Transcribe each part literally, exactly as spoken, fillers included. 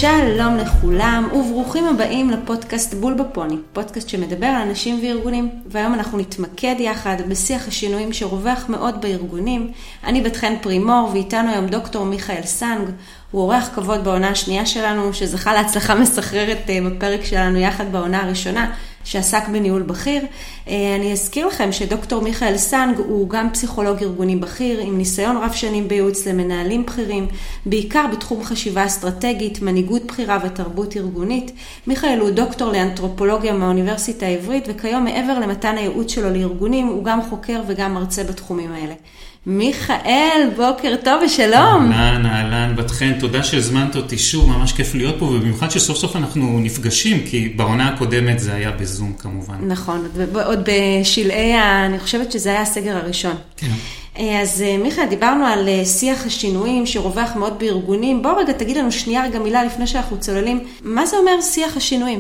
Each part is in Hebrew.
שלום לכולם וברוכים הבאים לפודקאסט בול בפוני, פודקאסט שמדבר על אנשים וארגונים, והיום אנחנו נתמקד יחד בשיח השינויים שרווח מאוד בארגונים. אני בת חן פרימור ואיתנו היום דוקטור מיכאל סנג, הוא אורח כבוד בעונה השנייה שלנו שזכה להצלחה מסחררת בפרק שלנו יחד בעונה הראשונה שעסק בניהול בכיר. אני אזכיר לכם שדוקטור מיכאל סנג הוא גם פסיכולוג ארגוני בכיר עם ניסיון רב שנים בייעוץ למנהלים בכירים, בעיקר בתחום חשיבה אסטרטגית, מנהיגות בחירה ותרבות ארגונית. מיכאל הוא דוקטור לאנתרופולוגיה מהאוניברסיטה העברית, וכיום מעבר למתן הייעוץ שלו לארגונים הוא גם חוקר וגם מרצה בתחומים האלה. מיכאל, בוקר טוב ושלום. אהלן, אהלן, בת חן, תודה שהזמנת אותי שוב, ממש כיף להיות פה, ובמיוחד שסוף סוף אנחנו נפגשים, כי בעונה הקודמת זה היה בזום כמובן. נכון, עוד בשלעי, אני חושבת שזה היה הסגר הראשון. כן. אז מיכאל, דיברנו על שיח השינויים שרווח מאוד בארגונים. בוא רגע תגיד לנו שנייה רגע מילה לפני שאנחנו צוללים, מה זה אומר שיח השינויים?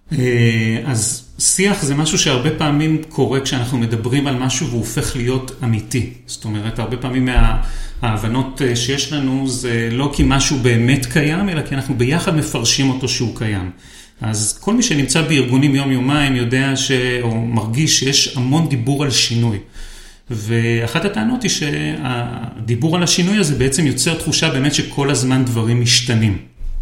אז שיח זה משהו שהרבה פעמים קורה כשאנחנו מדברים על משהו והוא הופך להיות אמיתי. זאת אומרת, הרבה פעמים מההבנות שיש לנו זה לא כי משהו באמת קיים, אלא כי אנחנו ביחד מפרשים אותו שהוא קיים. אז כל מי שנמצא בארגונים יום יומיים יודע ש... או מרגיש שיש המון דיבור על שינוי. ואחת הטענות היא שהדיבור על השינוי הזה בעצם יוצר תחושה באמת שכל הזמן דברים משתנים.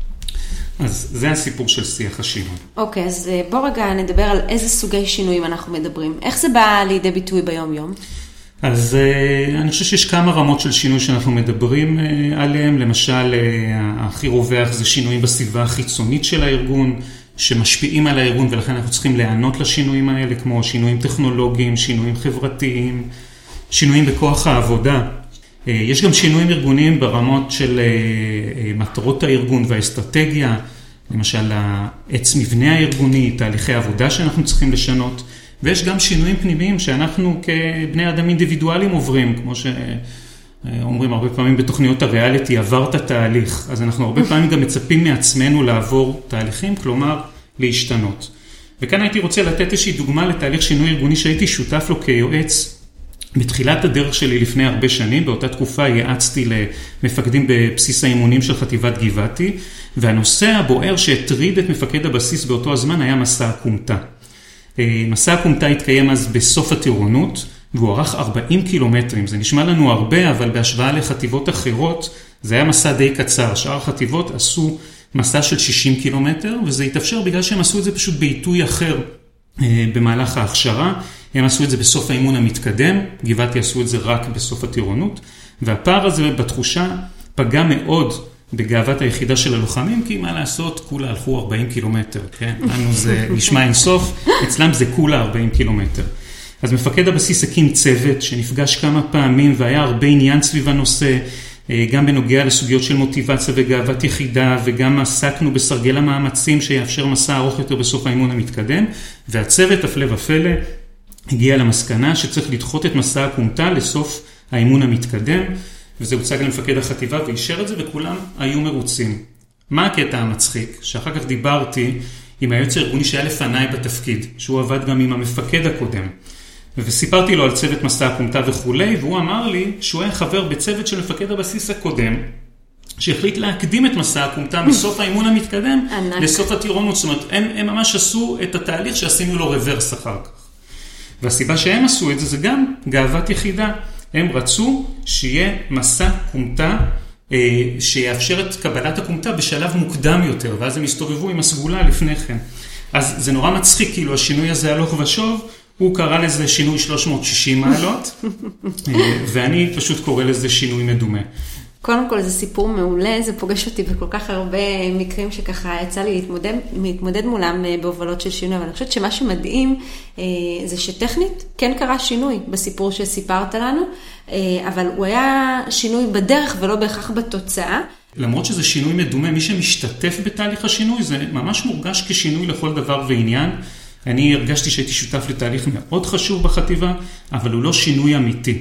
אז זה הסיפור של שיח השינוי. אוקיי, אז בוא רגע נדבר על איזה סוגי שינויים אנחנו מדברים. איך זה בא לידי ביטוי ביום יום? אז אני חושב שיש כמה רמות של שינוי שאנחנו מדברים עליהם. למשל, הכי רווח זה שינויים בסביבה החיצונית של הארגון, שמשפיעים על הארגון, ולכן אנחנו צריכים לענות לשינויים האלה, כמו שינויים טכנולוגיים, שינויים חברתיים, שינויים בכוח העבודה. יש גם שינויים ארגוניים ברמות של מטרות הארגון והאסטרטגיה, למשל העץ מבנה הארגוני, תהליכי עבודה שאנחנו צריכים לשנות, ויש גם שינויים פנימיים שאנחנו כבני אדם אינדיבידואלים עוברים, כמו שאומרים הרבה פעמים בתוכניות הריאליטי, עברת תהליך, אז אנחנו הרבה פעמים גם מצפים מעצמנו לעבור תהליכים, כלומר להשתנות. וכאן הייתי רוצה לתת איזושהי דוגמה לתהליך שינוי ארגוני שהייתי שותף לו כיועץ, בתחילת הדרך שלי לפני הרבה שנים, באותה תקופה ייעצתי למפקדים בבסיס האימונים של חטיבת גבעתי, והנושא הבוער שהטריד את מפקד הבסיס באותו הזמן היה מסע הקומתה. מסע הקומתה התקיים אז בסוף הטירונות, והוא ערך ארבעים קילומטרים. זה נשמע לנו הרבה, אבל בהשוואה לחטיבות אחרות, זה היה מסע די קצר. שאר החטיבות עשו מסע של שישים קילומטר, וזה התאפשר בגלל שהם עשו את זה פשוט בעיתוי אחר במהלך ההכשרה. הם עשו את זה בסוף האימון המתקדם, גבעתי עשו את זה רק בסוף הטירונות, והפער הזה בתחושה פגע מאוד בגאוות היחידה של הלוחמים, כי מה לעשות, כולה הלכו ארבעים קילומטר, כן? לנו זה נשמע אינסוף, אצלם זה כולה ארבעים קילומטר. אז מפקד הבסיס הקים צוות שנפגש כמה פעמים, והיה הרבה עניין סביב הנושא, גם בנוגע לסוגיות של מוטיבציה וגאוות יחידה, וגם עסקנו בסרגל המאמצים שיאפשר מסע ארוך יותר בסוף האימון המתקדם, והצוות הפלא ופלא הגיע למסקנה שצריך לדחות את מסע הקומתה לסוף האימון המתקדם, וזה הוצג למפקד החטיבה ואישר את זה, וכולם היו מרוצים. מה הקטע המצחיק? שאחר כך דיברתי עם היועץ הארגוני שהיה לפניי בתפקיד, שהוא עבד גם עם המפקד הקודם, וסיפרתי לו על צוות מסע הקומתה וכו', והוא אמר לי שהוא היה חבר בצוות של מפקד הבסיס הקודם, שהחליט להקדים את מסע הקומתה מסוף האימון המתקדם לסוף הטירונות. זאת אומרת, הם, הם ממש עשו את התהליך שעשינו לו רוורס אחר כך. והסיבה שהם עשו את זה, זה גם גאוות יחידה. הם רצו שיהיה מסע קומתה, אה, שיאפשר את קבלת הקומתה בשלב מוקדם יותר, ואז הם הסתובבו עם הסגולה לפני כן. אז זה נורא מצחיק, כאילו השינוי הזה הלוך ושוב, הוא קרא לזה שינוי שלוש מאות ושישים מעלות, אה, ואני פשוט קורא לזה שינוי מדומה. קודם כל זה סיפור מעולה, זה פוגש אותי בכל כך הרבה מקרים שככה יצא לי להתמודד, להתמודד מולם בהובלות של שינוי, אבל אני חושבת שמה שמדהים זה שטכנית כן קרה שינוי בסיפור שסיפרת לנו, אבל הוא היה שינוי בדרך ולא בהכרח בתוצאה. למרות שזה שינוי מדומה, מי שמשתתף בתהליך השינוי זה ממש מורגש כשינוי לכל דבר ועניין. אני הרגשתי שהייתי שותף לתהליך מאוד חשוב בחטיבה, אבל הוא לא שינוי אמיתי.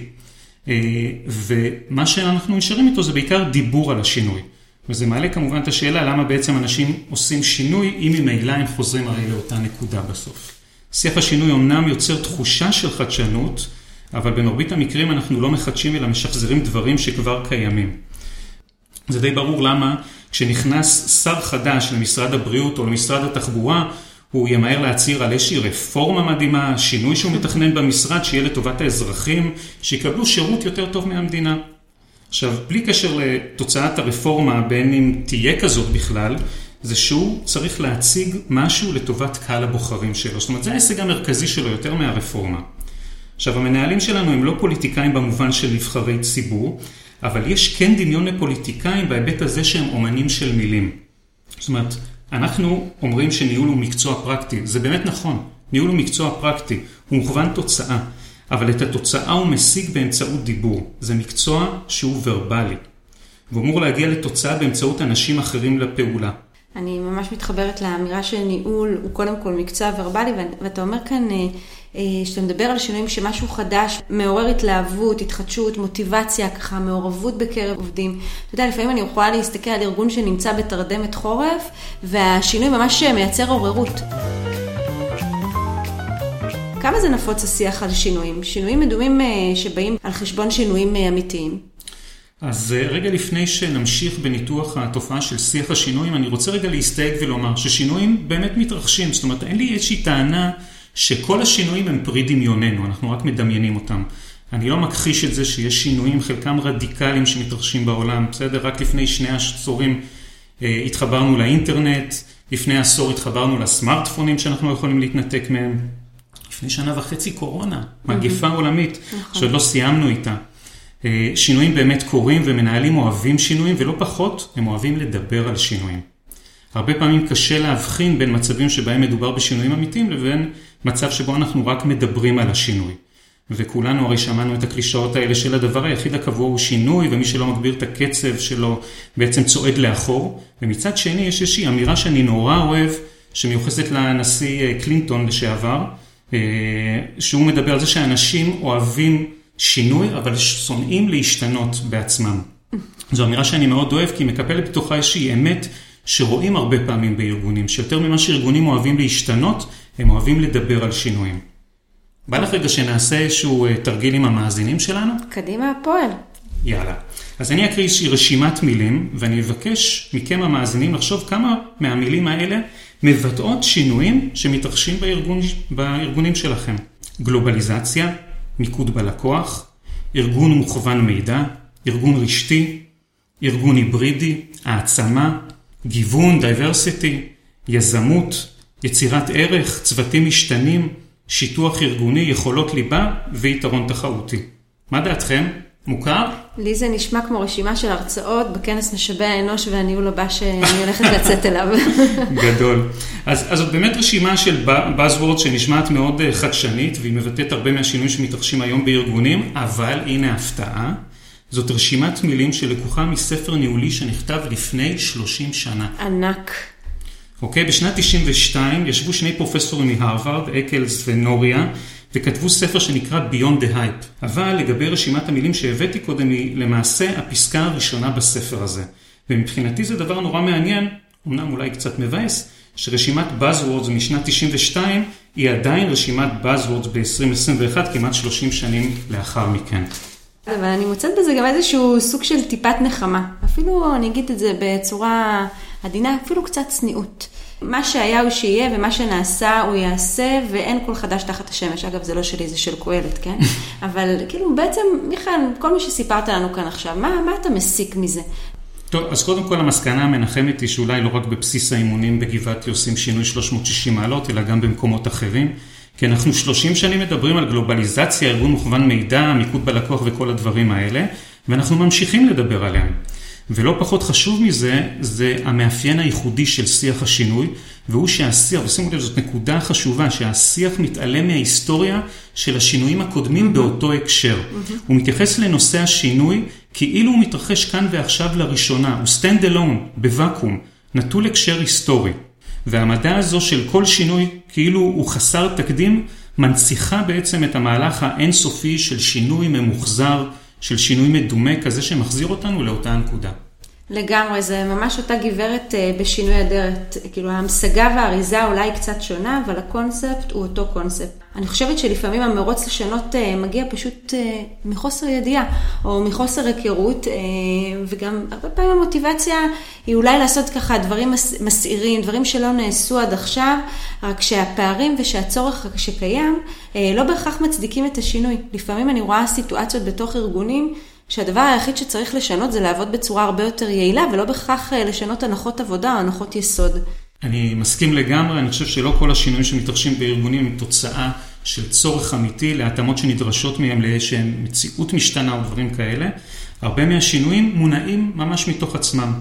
ומה שאנחנו נשארים איתו זה בעיקר דיבור על השינוי. וזה מעלה כמובן את השאלה למה בעצם אנשים עושים שינוי אם ממילא הם חוזרים הרי לאותה נקודה בסוף. שיח השינוי אמנם יוצר תחושה של חדשנות, אבל במרבית המקרים אנחנו לא מחדשים אלא משחזרים דברים שכבר קיימים. זה די ברור למה כשנכנס שר חדש למשרד הבריאות או למשרד התחבורה, הוא ימהר להצהיר על איזושהי רפורמה מדהימה, שינוי שהוא מתכנן במשרד, שיהיה לטובת האזרחים, שיקבלו שירות יותר טוב מהמדינה. עכשיו, בלי קשר לתוצאת הרפורמה, בין אם תהיה כזאת בכלל, זה שהוא צריך להציג משהו לטובת קהל הבוחרים שלו. זאת אומרת, זה ההישג המרכזי שלו יותר מהרפורמה. עכשיו, המנהלים שלנו הם לא פוליטיקאים במובן של נבחרי ציבור, אבל יש כן דמיון לפוליטיקאים בהיבט הזה שהם אומנים של מילים. זאת אומרת, אנחנו אומרים שניהול הוא מקצוע פרקטי. זה באמת נכון. ניהול הוא מקצוע פרקטי. הוא מוכוון תוצאה. אבל את התוצאה הוא משיג באמצעות דיבור. זה מקצוע שהוא ורבלי. והוא אמור להגיע לתוצאה באמצעות אנשים אחרים לפעולה. אני ממש מתחברת לאמירה שניהול הוא קודם כל מקצוע ורבלי, ואתה אומר כאן שאתה מדבר על שינויים שמשהו חדש, מעורר התלהבות, התחדשות, מוטיבציה, ככה מעורבות בקרב עובדים. אתה יודע, לפעמים אני יכולה להסתכל על ארגון שנמצא בתרדמת חורף, והשינוי ממש מייצר עוררות. כמה זה נפוץ השיח על שינויים? שינויים מדומים שבאים על חשבון שינויים אמיתיים. אז רגע לפני שנמשיך בניתוח התופעה של שיח השינויים, אני רוצה רגע להסתייג ולומר ששינויים באמת מתרחשים. זאת אומרת, אין לי איזושהי טענה שכל השינויים הם פרי דמיוננו, אנחנו רק מדמיינים אותם. אני לא מכחיש את זה שיש שינויים, חלקם רדיקליים שמתרחשים בעולם. בסדר, רק לפני שני עשורים התחברנו לאינטרנט, לפני עשור התחברנו לסמארטפונים שאנחנו יכולים להתנתק מהם. לפני שנה וחצי קורונה, מגפה עולמית, שעוד לא סיימנו איתה. שינויים באמת קורים ומנהלים אוהבים שינויים, ולא פחות, הם אוהבים לדבר על שינויים. הרבה פעמים קשה להבחין בין מצבים שבהם מדובר בשינויים אמיתיים, לבין מצב שבו אנחנו רק מדברים על השינוי. וכולנו הרי שמענו את הקלישאות האלה של הדבר היחיד הקבוע הוא שינוי, ומי שלא מגביר את הקצב שלו בעצם צועד לאחור. ומצד שני יש איזושהי אמירה שאני נורא אוהב, שמיוחסת לנשיא קלינטון לשעבר, שהוא מדבר על זה שאנשים אוהבים שינוי, אבל שונאים להשתנות בעצמם. זו אמירה שאני מאוד אוהב, כי היא מקפלת בתוכה איזושהי אמת שרואים הרבה פעמים בארגונים, שיותר ממה שארגונים אוהבים להשתנות, הם אוהבים לדבר על שינויים. בא לך רגע שנעשה איזשהו תרגיל עם המאזינים שלנו? קדימה הפועל. יאללה. אז אני אקריא איזושהי רשימת מילים, ואני אבקש מכם המאזינים לחשוב כמה מהמילים האלה מבטאות שינויים שמתרחשים בארגון, בארגונים שלכם. גלובליזציה, מיקוד בלקוח, ארגון מוכוון מידע, ארגון רשתי, ארגון היברידי, העצמה, גיוון, דייברסיטי, יזמות, יצירת ערך, צוותים משתנים, שיתוח ארגוני, יכולות ליבה ויתרון תחרותי. מה דעתכם? מוכר? לי זה נשמע כמו רשימה של הרצאות בכנס משאבי האנוש והניהול הבא שאני הולכת לצאת אליו. גדול. אז, אז זאת באמת רשימה של Buzzwords שנשמעת מאוד חדשנית, והיא מבטאת הרבה מהשינויים שמתרחשים היום בארגונים, אבל הנה הפתעה. זאת רשימת מילים שלקוחה מספר ניהולי שנכתב לפני שלושים שנה. ענק. אוקיי, בשנת תשעים ושתיים ישבו שני פרופסורים מהרווארד, אקלס ונוריה, וכתבו ספר שנקרא Beyond the Hype. אבל לגבי רשימת המילים שהבאתי קודם היא למעשה הפסקה הראשונה בספר הזה. ומבחינתי זה דבר נורא מעניין, אמנם אולי קצת מבאס, שרשימת Buzzwords משנת תשעים ושתיים היא עדיין רשימת Buzzwords ב-עשרים עשרים ואחת, כמעט שלושים שנים לאחר מכן. אבל אני מוצאת בזה גם איזשהו סוג של טיפת נחמה. אפילו אני אגיד את זה בצורה עדינה, אפילו קצת צניעות. מה שהיה הוא שיהיה ומה שנעשה הוא יעשה ואין כל חדש תחת השמש. אגב, זה לא שלי, זה של קהלת, כן? אבל כאילו בעצם, מיכאל, כל מי שסיפרת לנו כאן עכשיו, מה, מה אתה מסיק מזה? טוב, אז קודם כל המסקנה המנחמת היא שאולי לא רק בבסיס האימונים בגבעתי עושים שינוי שלוש מאות ושישים מעלות, אלא גם במקומות אחרים. כי אנחנו שלושים שנים מדברים על גלובליזציה, ארגון מוכוון מידע, מיקוד בלקוח וכל הדברים האלה, ואנחנו ממשיכים לדבר עליהם. ולא פחות חשוב מזה, זה המאפיין הייחודי של שיח השינוי, והוא שהשיח, ושימו לב, זאת נקודה חשובה, שהשיח מתעלם מההיסטוריה של השינויים הקודמים באותו הקשר. הוא מתייחס לנושא השינוי, כאילו הוא מתרחש כאן ועכשיו לראשונה, הוא stand alone, בוואקום, נטול הקשר היסטורי. והמדע הזו של כל שינוי, כאילו הוא חסר תקדים, מנציחה בעצם את המהלך האינסופי של שינוי ממוחזר, של שינוי מדומה כזה שמחזיר אותנו לאותה נקודה. לגמרי, זה ממש אותה גברת בשינוי אדרת. כאילו, ההמשגה והאריזה אולי קצת שונה, אבל הקונספט הוא אותו קונספט. אני חושבת שלפעמים המרוץ לשנות מגיע פשוט מחוסר ידיעה, או מחוסר היכרות, וגם הרבה פעמים המוטיבציה היא אולי לעשות ככה דברים מסעירים, דברים שלא נעשו עד עכשיו, רק שהפערים ושהצורך שקיים לא בהכרח מצדיקים את השינוי. לפעמים אני רואה סיטואציות בתוך ארגונים, שהדבר היחיד שצריך לשנות זה לעבוד בצורה הרבה יותר יעילה, ולא בכך לשנות הנחות עבודה או הנחות יסוד. אני מסכים לגמרי, אני חושב שלא כל השינויים שמתרחשים בארגונים הם תוצאה של צורך אמיתי, להתאמות שנדרשות מהם לאיזשהם מציאות משתנה או דברים כאלה. הרבה מהשינויים מונעים ממש מתוך עצמם.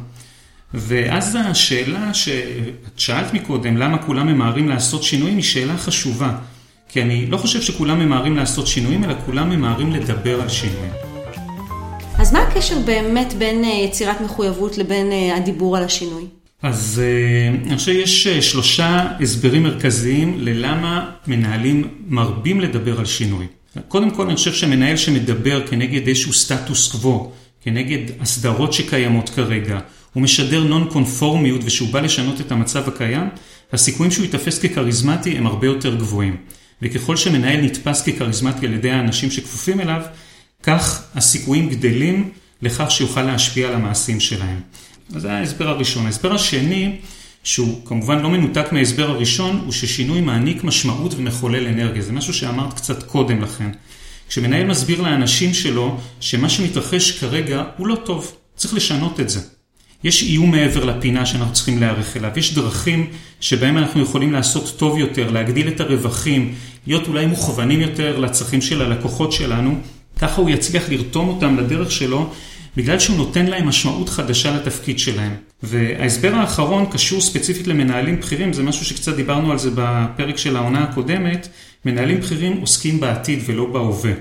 ואז השאלה שאת שאלת מקודם, למה כולם ממהרים לעשות שינויים, היא שאלה חשובה. כי אני לא חושב שכולם ממהרים לעשות שינויים, אלא כולם ממהרים לדבר על שינויים. אז מה הקשר באמת בין יצירת מחויבות לבין הדיבור על השינוי? אז אני חושב שיש שלושה הסברים מרכזיים ללמה מנהלים מרבים לדבר על שינוי. קודם כל אני חושב שמנהל שמדבר כנגד איזשהו סטטוס קוו, כנגד הסדרות שקיימות כרגע, הוא משדר נון קונפורמיות ושהוא בא לשנות את המצב הקיים, הסיכויים שהוא יתפס כקריזמטי הם הרבה יותר גבוהים. וככל שמנהל נתפס כקריזמטי על ידי האנשים שכפופים אליו, כך הסיכויים גדלים לכך שיוכל להשפיע על המעשים שלהם. אז זה ההסבר הראשון. ההסבר השני, שהוא כמובן לא מנותק מההסבר הראשון, הוא ששינוי מעניק משמעות ומחולל אנרגיה. זה משהו שאמרת קצת קודם לכן. כשמנהל מסביר לאנשים שלו שמה שמתרחש כרגע הוא לא טוב, צריך לשנות את זה. יש איום מעבר לפינה שאנחנו צריכים להערך אליו. יש דרכים שבהם אנחנו יכולים לעשות טוב יותר, להגדיל את הרווחים, להיות אולי מוכוונים יותר לצרכים של הלקוחות שלנו, ככה הוא יצליח לרתום אותם לדרך שלו, בגלל שהוא נותן להם משמעות חדשה לתפקיד שלהם. וההסבר האחרון קשור ספציפית למנהלים בכירים, זה משהו שקצת דיברנו על זה בפרק של העונה הקודמת, מנהלים בכירים עוסקים בעתיד ולא בהווה.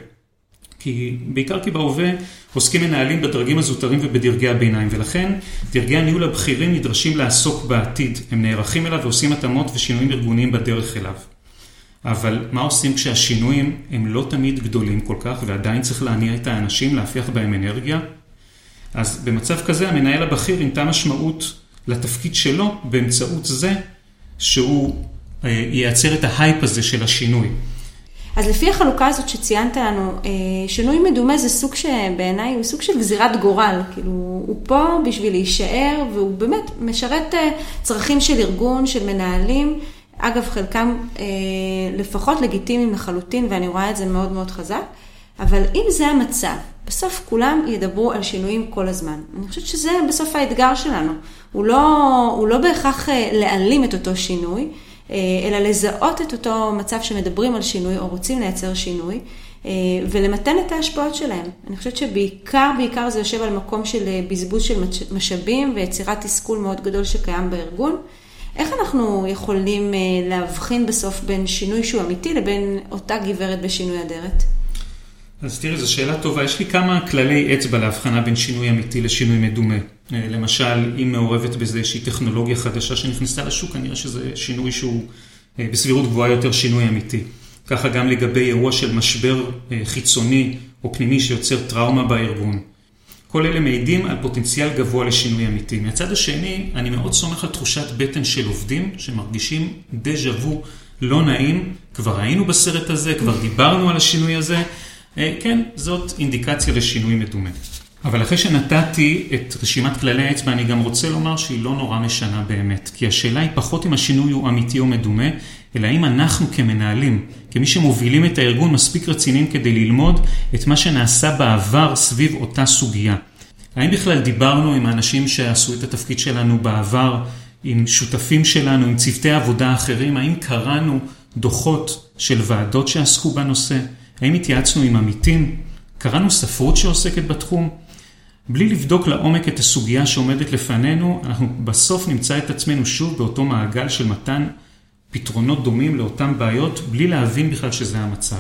כי בעיקר כי בהווה עוסקים מנהלים בדרגים הזוטרים ובדרגי הביניים, ולכן דרגי הניהול הבכירים נדרשים לעסוק בעתיד. הם נערכים אליו ועושים התאמות ושינויים ארגוניים בדרך אליו. אבל מה עושים כשהשינויים הם לא תמיד גדולים כל כך, ועדיין צריך להניע את האנשים, להפיח בהם אנרגיה? אז במצב כזה המנהל הבכיר ינתן משמעות לתפקיד שלו באמצעות זה שהוא ייצר את ההייפ הזה של השינוי. אז לפי החלוקה הזאת שציינת לנו, שינוי מדומה זה סוג שבעיניי הוא סוג של גזירת גורל, כאילו הוא פה בשביל להישאר, והוא באמת משרת צרכים של ארגון, של מנהלים, אגב חלקם לפחות לגיטימיים לחלוטין, ואני רואה את זה מאוד מאוד חזק, אבל אם זה המצב, בסוף כולם ידברו על שינויים כל הזמן. אני חושבת שזה בסוף האתגר שלנו, הוא לא, הוא לא בהכרח להעלים את אותו שינוי, אלא לזהות את אותו מצב שמדברים על שינוי או רוצים לייצר שינוי, ולמתן את ההשפעות שלהם. אני חושבת שבעיקר, בעיקר זה יושב על מקום של בזבוז של משאבים ויצירת תסכול מאוד גדול שקיים בארגון. איך אנחנו יכולים להבחין בסוף בין שינוי שהוא אמיתי לבין אותה גברת בשינוי אדרת? אז תראי, זו שאלה טובה. יש לי כמה כללי אצבע להבחנה בין שינוי אמיתי לשינוי מדומה. למשל, אם מעורבת בזה איזושהי טכנולוגיה חדשה שנכנסה לשוק, כנראה שזה שינוי שהוא בסבירות גבוהה יותר שינוי אמיתי. ככה גם לגבי אירוע של משבר חיצוני או פנימי שיוצר טראומה בארגון. כל אלה מעידים על פוטנציאל גבוה לשינוי אמיתי. מהצד השני, אני מאוד סומך על תחושת בטן של עובדים שמרגישים דז'ה וו לא נעים. כבר היינו בסרט הזה, כבר דיברנו על השינוי הזה. כן, זאת אינדיקציה לשינוי מדומה. אבל אחרי שנתתי את רשימת כללי האצבע, אני גם רוצה לומר שהיא לא נורא משנה באמת. כי השאלה היא פחות אם השינוי הוא אמיתי או מדומה, אלא אם אנחנו כמנהלים, כמי שמובילים את הארגון מספיק רציניים כדי ללמוד את מה שנעשה בעבר סביב אותה סוגיה. האם בכלל דיברנו עם האנשים שעשו את התפקיד שלנו בעבר, עם שותפים שלנו, עם צוותי עבודה אחרים? האם קראנו דוחות של ועדות שעסקו בנושא? האם התייעצנו עם עמיתים? קראנו ספרות שעוסקת בתחום? בלי לבדוק לעומק את הסוגיה שעומדת לפנינו, אנחנו בסוף נמצא את עצמנו שוב באותו מעגל של מתן פתרונות דומים לאותן בעיות, בלי להבין בכלל שזה המצב.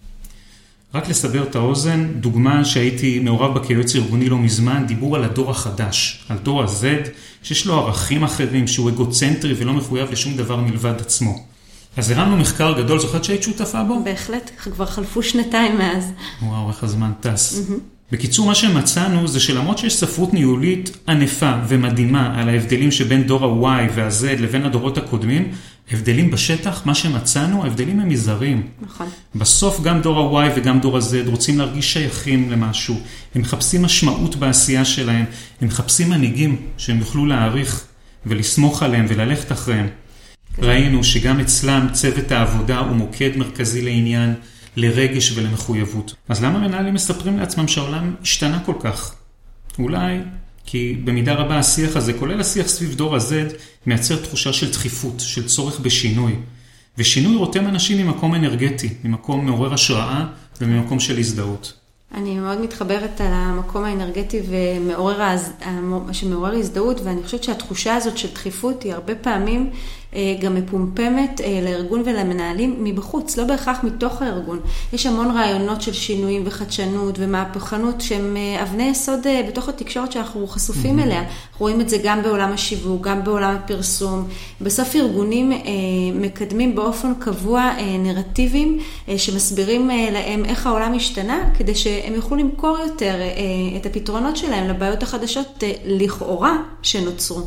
רק לסבר את האוזן, דוגמה שהייתי מעורב בה כיועץ ארגוני לא מזמן, דיבור על הדור החדש, על דור ה-Z, שיש לו ערכים אחרים, שהוא אגוצנטרי ולא מחויב לשום דבר מלבד עצמו. אז הרמנו מחקר גדול, זוכרת שהיית שותפה בו? בהחלט, כבר חלפו שנתיים מאז. וואו, איך הזמן טס. בקיצור, מה שמצאנו זה שלמרות שיש ספרות ניהולית ענפה ומדהימה על ההבדלים שבין דור ה-Y וה-Z לבין הדורות הקודמים, הבדלים בשטח, מה שמצאנו, ההבדלים הם מזעריים. נכון. בסוף גם דור ה-Y וגם דור ה-Z רוצים להרגיש שייכים למשהו. הם מחפשים משמעות בעשייה שלהם. הם מחפשים מנהיגים שהם יוכלו להעריך ולסמוך עליהם וללכת אחריהם. כן. ראינו שגם אצלם צוות העבודה הוא מוקד מרכזי לעניין, לרגש ולמחויבות. אז למה מנהלים מספרים לעצמם שהעולם השתנה כל כך? אולי כי במידה רבה השיח הזה, כולל השיח סביב דור ה-Z, מייצר תחושה של דחיפות, של צורך בשינוי. ושינוי רותם אנשים ממקום אנרגטי, ממקום מעורר השראה וממקום של הזדהות. אני מאוד מתחברת על המקום האנרגטי ומעורר שמעורר הזדהות, ואני חושבת שהתחושה הזאת של דחיפות היא הרבה פעמים גם מפומפמת לארגון ולמנהלים מבחוץ, לא בהכרח מתוך הארגון. יש המון רעיונות של שינויים וחדשנות ומהפכנות שהם אבני יסוד בתוך התקשורת שאנחנו חשופים mm-hmm. אליה. אנחנו רואים את זה גם בעולם השיווק, גם בעולם הפרסום. בסוף ארגונים מקדמים באופן קבוע נרטיבים שמסבירים להם איך העולם השתנה, כדי שהם יוכלו למכור יותר את הפתרונות שלהם לבעיות החדשות לכאורה שנוצרו.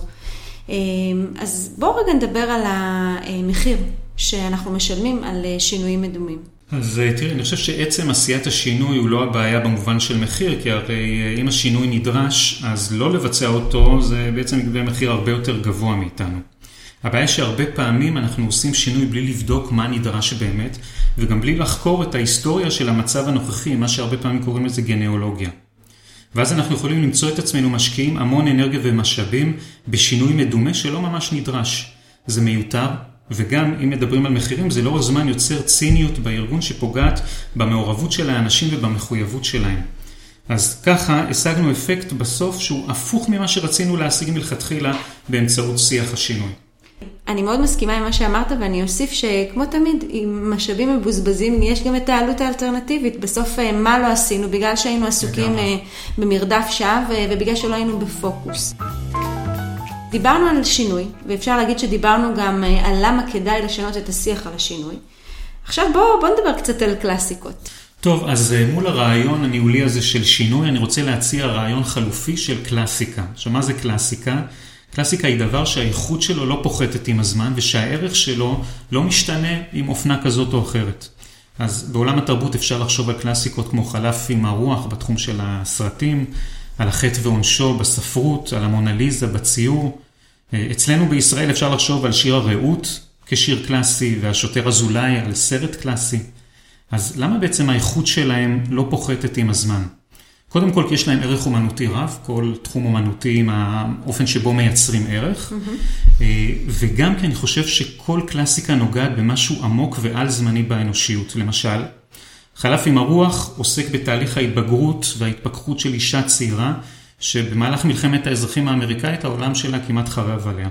אז בואו רגע נדבר על המחיר שאנחנו משלמים על שינויים מדומים. אז תראי, אני חושב שעצם עשיית השינוי הוא לא הבעיה במובן של מחיר, כי הרי אם השינוי נדרש, אז לא לבצע אותו, זה בעצם יגבה מחיר הרבה יותר גבוה מאיתנו. הבעיה שהרבה פעמים אנחנו עושים שינוי בלי לבדוק מה נדרש באמת, וגם בלי לחקור את ההיסטוריה של המצב הנוכחי, מה שהרבה פעמים קוראים לזה גניאולוגיה. ואז אנחנו יכולים למצוא את עצמנו משקיעים המון אנרגיה ומשאבים בשינוי מדומה שלא ממש נדרש. זה מיותר, וגם אם מדברים על מחירים, זה לאורך זמן יוצר ציניות בארגון שפוגעת במעורבות של האנשים ובמחויבות שלהם. אז ככה השגנו אפקט בסוף שהוא הפוך ממה שרצינו להשיג מלכתחילה באמצעות שיח השינוי. אני מאוד מסכימה עם מה שאמרת, ואני אוסיף שכמו תמיד, עם משאבים מבוזבזים, יש גם את העלות האלטרנטיבית. בסוף מה לא עשינו? בגלל שהיינו עסוקים במרדף שעה, ובגלל שלא היינו בפוקוס. דיברנו על שינוי, ואפשר להגיד שדיברנו גם על למה כדאי לשנות את השיח על השינוי. עכשיו בואו בוא נדבר קצת על קלאסיקות. טוב, אז מול הרעיון הניהולי הזה של שינוי, אני רוצה להציע רעיון חלופי של קלאסיקה. עכשיו, מה זה קלאסיקה? קלאסיקה היא דבר שהאיכות שלו לא פוחתת עם הזמן, ושהערך שלו לא משתנה עם אופנה כזאת או אחרת. אז בעולם התרבות אפשר לחשוב על קלאסיקות כמו חלף עם הרוח בתחום של הסרטים, על החטא ועונשו בספרות, על המונליזה בציור. אצלנו בישראל אפשר לחשוב על שיר הרעות כשיר קלאסי, והשוטר אזולאי על סרט קלאסי. אז למה בעצם האיכות שלהם לא פוחתת עם הזמן? קודם כל, כי יש להם ערך אומנותי רב, כל תחום אומנותי עם האופן שבו מייצרים ערך, mm-hmm. וגם כי אני חושב שכל קלאסיקה נוגעת במשהו עמוק ועל זמני באנושיות. למשל, חלף עם הרוח עוסק בתהליך ההתבגרות וההתפכחות של אישה צעירה, שבמהלך מלחמת האזרחים האמריקאית העולם שלה כמעט חרב עליה.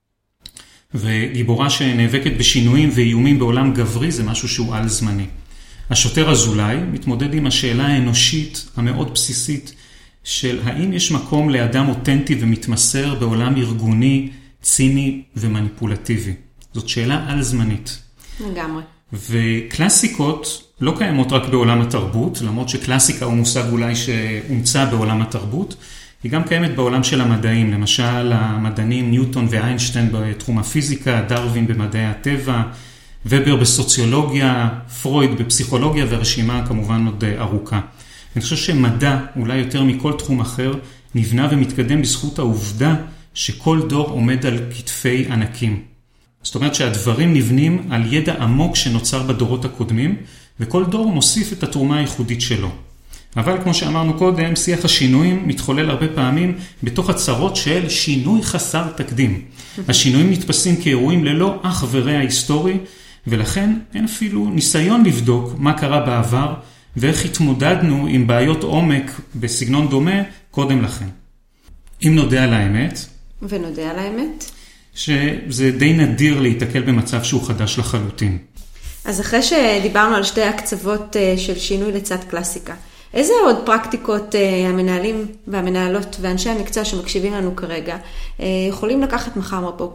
וגיבורה שנאבקת בשינויים ואיומים בעולם גברי זה משהו שהוא על זמני. השוטר אזולאי מתמודד עם השאלה האנושית המאוד בסיסית של האם יש מקום לאדם אותנטי ומתמסר בעולם ארגוני, ציני ומניפולטיבי. זאת שאלה על זמנית. לגמרי. וקלאסיקות לא קיימות רק בעולם התרבות, למרות שקלאסיקה הוא מושג אולי שהומצא בעולם התרבות, היא גם קיימת בעולם של המדעים, למשל המדענים ניוטון ואיינשטיין בתחום הפיזיקה, דרווין במדעי הטבע, ובר בסוציולוגיה, פרויד בפסיכולוגיה, והרשימה כמובן עוד ארוכה. אני חושב שמדע, אולי יותר מכל תחום אחר, נבנה ומתקדם בזכות העובדה שכל דור עומד על כתפי ענקים. זאת אומרת שהדברים נבנים על ידע עמוק שנוצר בדורות הקודמים, וכל דור מוסיף את התרומה הייחודית שלו. אבל כמו שאמרנו קודם, שיח השינויים מתחולל הרבה פעמים בתוך הצרות של שינוי חסר תקדים. השינויים נתפסים כאירועים ללא אח ורע היסטורי, ולכן אין אפילו ניסיון לבדוק מה קרה בעבר, ואיך התמודדנו עם בעיות עומק בסגנון דומה קודם לכן. אם נודע על האמת, ונודע על האמת, שזה די נדיר להתקל במצב שהוא חדש לחלוטין. אז אחרי שדיברנו על שתי הקצוות של שינוי לצד קלאסיקה, איזה עוד פרקטיקות המנהלים והמנהלות ואנשי המקצוע שמקשיבים לנו כרגע יכולים לקחת מחר בבוקר?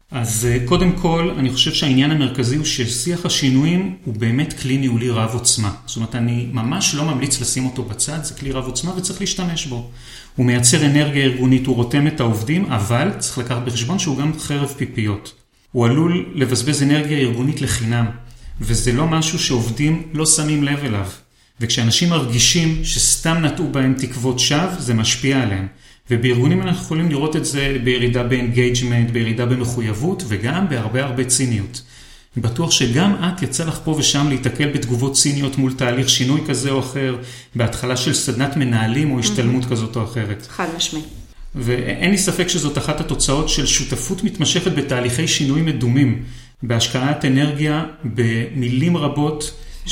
אז קודם כל, אני חושב שהעניין המרכזי הוא ששיח השינויים הוא באמת כלי ניהולי רב עוצמה. זאת אומרת, אני ממש לא ממליץ לשים אותו בצד, זה כלי רב עוצמה וצריך להשתמש בו. הוא מייצר אנרגיה ארגונית, הוא רותם את העובדים, אבל צריך לקחת בחשבון שהוא גם חרב פיפיות. הוא עלול לבזבז אנרגיה ארגונית לחינם, וזה לא משהו שעובדים לא שמים לב אליו. וכשאנשים מרגישים שסתם נטעו בהם תקוות שווא, זה משפיע עליהם. ובארגונים אנחנו יכולים לראות את זה בירידה באנגייג'מנט, בירידה במחויבות, וגם בהרבה הרבה ציניות. אני בטוח שגם את יצא לך פה ושם להתקל בתגובות ציניות מול תהליך שינוי כזה או אחר, בהתחלה של סדנת מנהלים או השתלמות mm-hmm. כזאת או אחרת. חד משמעי. ואין לי ספק שזאת אחת התוצאות של שותפות מתמשכת בתהליכי שינוי מדומים, בהשקעת אנרגיה במילים רבות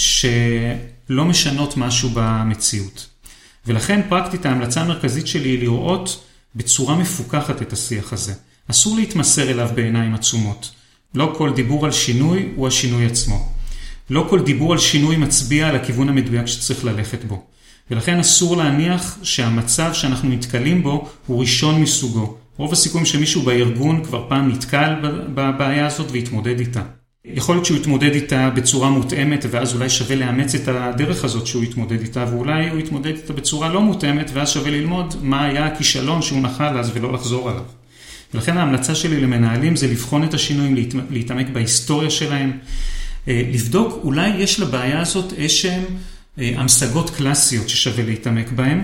שלא משנות משהו במציאות. ולכן פרקטית ההמלצה המרכזית שלי היא לראות בצורה מפוקחת את השיח הזה. אסור להתמסר אליו בעיניים עצומות. לא כל דיבור על שינוי הוא השינוי עצמו. לא כל דיבור על שינוי מצביע על הכיוון המדויק שצריך ללכת בו. ולכן אסור להניח שהמצב שאנחנו נתקלים בו הוא ראשון מסוגו. רוב הסיכויים שמישהו בארגון כבר פעם נתקל בבעיה הזאת והתמודד איתה. יכול להיות שהוא יתמודד איתה בצורה מותאמת, ואז אולי שווה לאמץ את הדרך הזאת שהוא יתמודד איתה, ואולי הוא יתמודד איתה בצורה לא מותאמת, ואז שווה ללמוד מה היה הכישלון שהוא נחל אז ולא לחזור עליו. ולכן ההמלצה שלי למנהלים זה לבחון את השינויים, להתעמק בהיסטוריה שלהם, לבדוק אולי יש לבעיה הזאת איזשהם המשגות קלאסיות ששווה להתעמק בהם,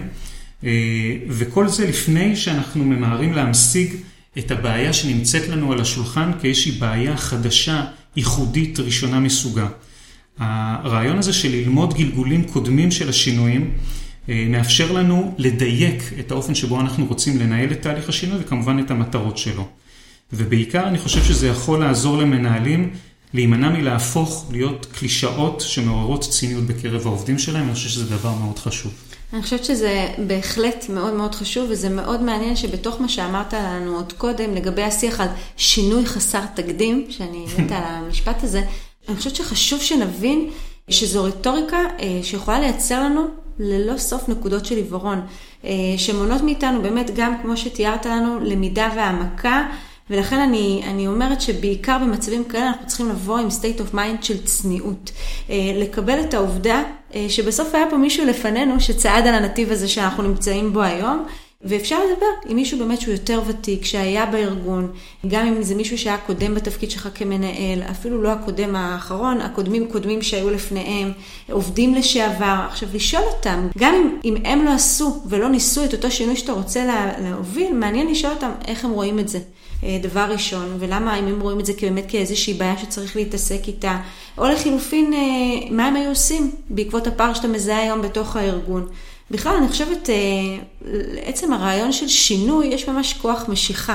וכל זה לפני שאנחנו ממהרים להמשיג את הבעיה שנמצאת לנו על השולחן כאיזושהי בעיה חדשה, ייחודית, ראשונה מסוגה. הרעיון הזה של ללמוד גלגולים קודמים של השינויים, מאפשר לנו לדייק את האופן שבו אנחנו רוצים לנהל את תהליך השינוי, וכמובן את המטרות שלו. ובעיקר אני חושב שזה יכול לעזור למנהלים, להימנע מלהפוך להיות קלישאות שמעוררות ציניות בקרב העובדים שלהם. אני חושב שזה דבר מאוד חשוב. אני חושבת שזה בהחלט מאוד מאוד חשוב, וזה מאוד מעניין שבתוך מה שאמרת לנו עוד קודם, לגבי השיח על שינוי חסר תקדים, שאני נתה על המשפט הזה, אני חושבת שחשוב שנבין שזו רטוריקה שיכולה לייצר לנו ללא סוף נקודות של עיוורון, שמונות מאיתנו באמת גם כמו שתיארת לנו למידה והעמקה, ולכן אני, אני אומרת שבעיקר במצבים כאלה אנחנו צריכים לבוא עם state of mind של צניעות. לקבל את העובדה שבסוף היה פה מישהו לפנינו שצעד על הנתיב הזה שאנחנו נמצאים בו היום, ואפשר לדבר עם מישהו באמת שהוא יותר ותיק, שהיה בארגון, גם אם זה מישהו שהיה קודם בתפקיד שלך כמנהל, אפילו לא הקודם האחרון, הקודמים קודמים שהיו לפניהם, עובדים לשעבר. עכשיו לשאול אותם, גם אם, אם הם לא עשו ולא ניסו את אותו שינוי שאתה רוצה לה, להוביל, מעניין לשאול אותם איך הם רואים את זה. דבר ראשון, ולמה אם הם רואים את זה באמת כאיזושהי בעיה שצריך להתעסק איתה, או לחילופין, מה הם היו עושים בעקבות הפער שאתה מזהה היום בתוך הארגון. בכלל, אני חושבת, עצם הרעיון של שינוי, יש ממש כוח משיכה.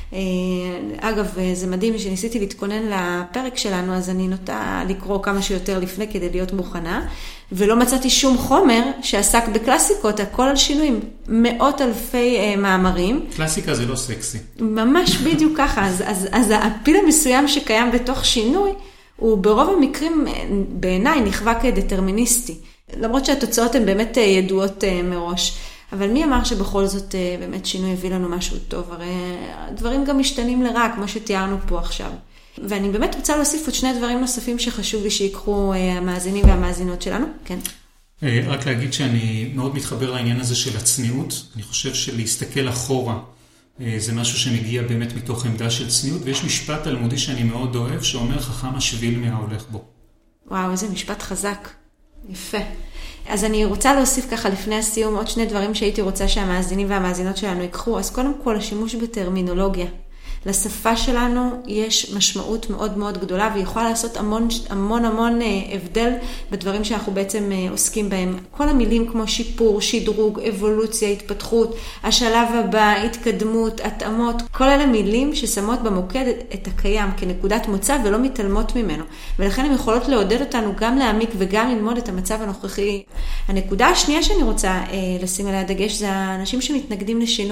אגב, זה מדהים שניסיתי להתכונן לפרק שלנו, אז אני נוטה לקרוא כמה שיותר לפני כדי להיות מוכנה, ולא מצאתי שום חומר שעסק בקלאסיקות, הכל על שינויים, מאות אלפי מאמרים. קלאסיקה זה לא סקסי. ממש בדיוק ככה, אז, אז, אז הפיל המסוים שקיים בתוך שינוי, הוא ברוב המקרים בעיניי נחווה כדטרמיניסטי. למרות שהתוצאות הן באמת ידועות מראש. אבל מי אמר שבכל זאת באמת שינוי הביא לנו משהו טוב? הרי הדברים גם משתנים לרע, כמו שתיארנו פה עכשיו. ואני באמת רוצה להוסיף עוד שני דברים נוספים שחשוב לי שיקחו המאזינים והמאזינות שלנו. כן. רק להגיד שאני מאוד מתחבר לעניין הזה של הצניעות. אני חושב שלהסתכל אחורה זה משהו שמגיע באמת מתוך עמדה של צניעות, ויש משפט תלמודי שאני מאוד אוהב, שאומר חכם השביל מההולך בו. וואו, איזה משפט חזק. יפה. אז אני רוצה להוסיף ככה לפני הסיום עוד שני דברים שהייתי רוצה שהמאזינים והמאזינות שלנו ייקחו. אז קודם כל, השימוש בטרמינולוגיה. לשפה שלנו יש משמעות מאוד מאוד גדולה, והיא יכולה לעשות המון המון המון הבדל בדברים שאנחנו בעצם עוסקים בהם. כל המילים כמו שיפור, שדרוג, אבולוציה, התפתחות, השלב הבא, התקדמות, התאמות, כל אלה מילים ששמות במוקד את הקיים כנקודת מוצא ולא מתעלמות ממנו. ולכן הן יכולות לעודד אותנו גם להעמיק וגם ללמוד את המצב הנוכחי. הנקודה השנייה שאני רוצה לשים עליה דגש זה האנשים שמתנגדים לשינוי.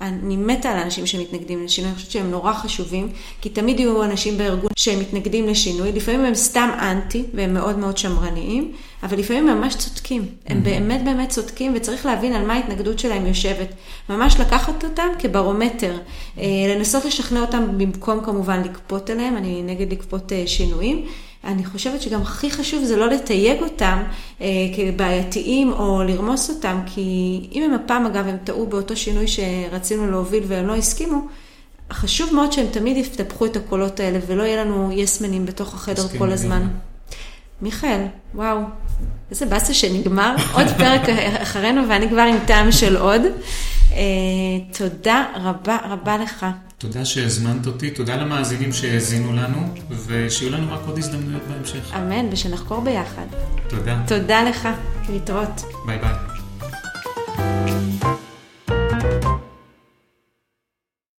אני מתה על האנשים שמתנגדים לשינוי, אני חושבת שהם נורא חשובים, כי תמיד יהיו אנשים בארגון שהם מתנגדים לשינוי, לפעמים הם סתם אנטי, והם מאוד מאוד שמרניים, אבל לפעמים הם ממש צודקים, הם באמת באמת צודקים, וצריך להבין על מה ההתנגדות שלהם יושבת, ממש לקחת אותם כברומטר, לנסות לשכנע אותם במקום כמובן לקפות עליהם, אני נגד לקפות שינויים, אני חושבת שגם הכי חשוב זה לא לתייג אותם אה, כבעייתיים או לרמוס אותם, כי אם הם הפעם אגב הם טעו באותו שינוי שרצינו להוביל והם לא הסכימו, חשוב מאוד שהם תמיד יפתחו את הקולות האלה ולא יהיה לנו יסמנים בתוך החדר כל הזמן. מיכאל, וואו, איזה בסה שנגמר, עוד פרק אחרינו ואני כבר עם טעם של עוד. אה, תודה רבה רבה לך. תודה שהזמנת אותי, תודה למאזינים שהאזינו לנו, ושיהיו לנו רק עוד הזדמנויות בהמשך. אמן, ושנחקור ביחד. תודה. תודה לך, להתראות. ביי ביי.